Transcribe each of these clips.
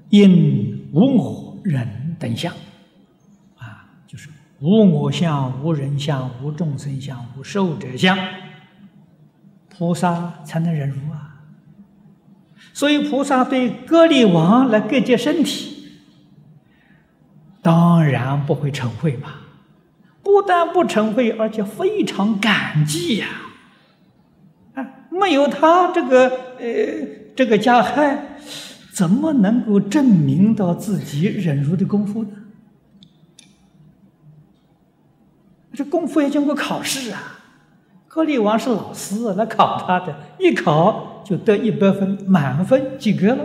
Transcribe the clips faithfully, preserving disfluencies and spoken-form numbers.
因无我、人等相，啊，就是无我相、无人相、无众生相、无寿者相，菩萨才能忍辱啊。所以菩萨对歌利王来割截身体，当然不会嗔恚吧？不但不嗔恚，而且非常感激呀！啊，没有他这个呃这个加害，怎么能够证明到自己忍辱的功夫呢？这功夫也经过考试啊！歌利王是老师来考他的，一考就得一百分，满分及格了。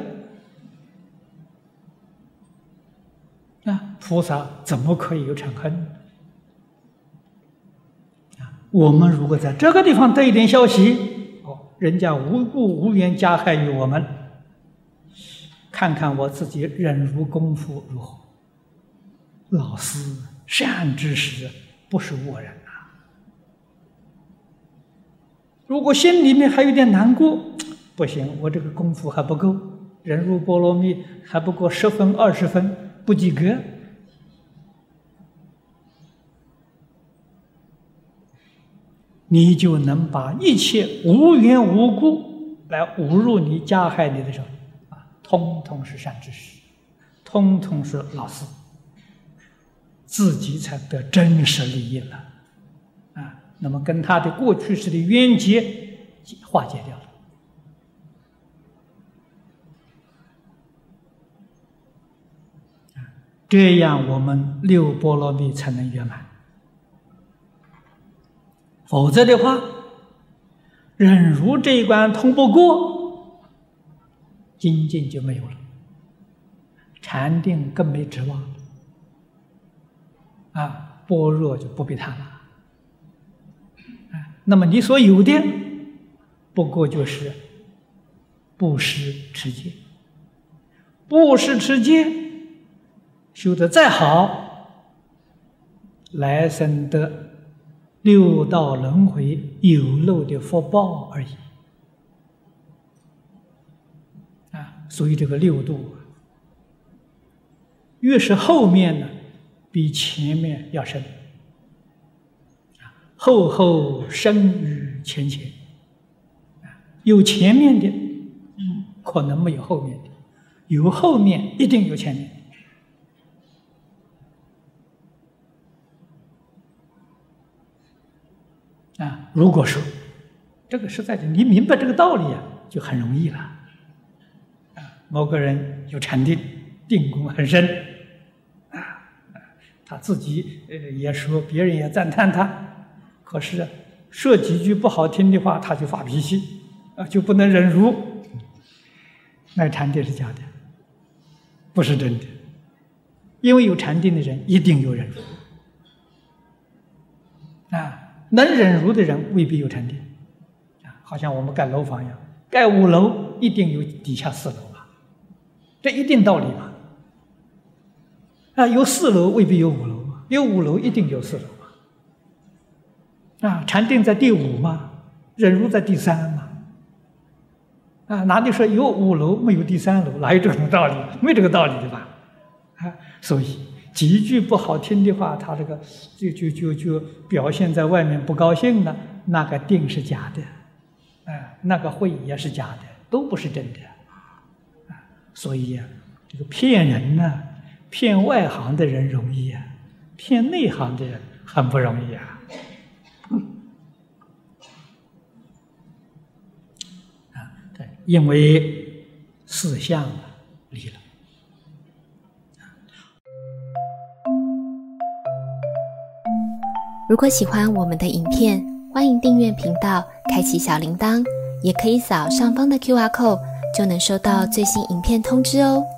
啊，菩萨怎么可以有嗔恨呢？我们如果在这个地方得一点消息，哦，人家无故无缘加害于我们，看看我自己忍辱功夫如何。老师善知识不是恶人啊。如果心里面还有点难过，不行，我这个功夫还不够，忍辱波罗蜜还不过十分二十分，不及格。你就能把一切无缘无故来侮辱你、加害你的人啊，通通是善知识，通通是老师，自己才得真实利益了啊。那么跟他的过去式的冤结化解掉了啊，这样我们六波罗蜜才能圆满。否则的话，忍辱这一关通不过，精进就没有了，禅定更没指望啊，般若就不必谈了。啊，那么你所有的，不过就是布施持戒，布施持戒修得再好，来生的六道轮回有漏的福报而已啊，所以这个六度越是后面呢，比前面要深啊，后后深于前前啊，有前面的，嗯，可能没有后面的；有后面，一定有前面。啊，如果说这个实在的，你明白这个道理啊，就很容易了。啊，某个人有禅定，定功很深，啊，他自己呃也说，别人也赞叹他，可是说几句不好听的话，他就发脾气，啊，就不能忍辱。那禅定是假的，不是真的，因为有禅定的人一定有忍辱，啊。能忍辱的人未必有禅定，啊，好像我们盖楼房一样，盖五楼一定有底下四楼吧，这一定道理嘛。啊，有四楼未必有五楼嘛，有五楼一定有四楼嘛。啊，禅定在第五嘛，忍辱在第三嘛。啊，哪里说有五楼没有第三楼？哪有这种道理？没这个道理的吧？啊，所以。几句不好听的话，他这个就就就就表现在外面不高兴了，那个定是假的，啊、呃，那个会也是假的，都不是真的，啊，所以呀、啊，这个骗人呢、啊，骗外行的人容易啊，骗内行的人很不容易啊，啊，对，因为四相离了。 如果喜欢我们的影片，欢迎订阅频道，开启小铃铛，也可以扫上方的 Q R code， 就能收到最新影片通知哦。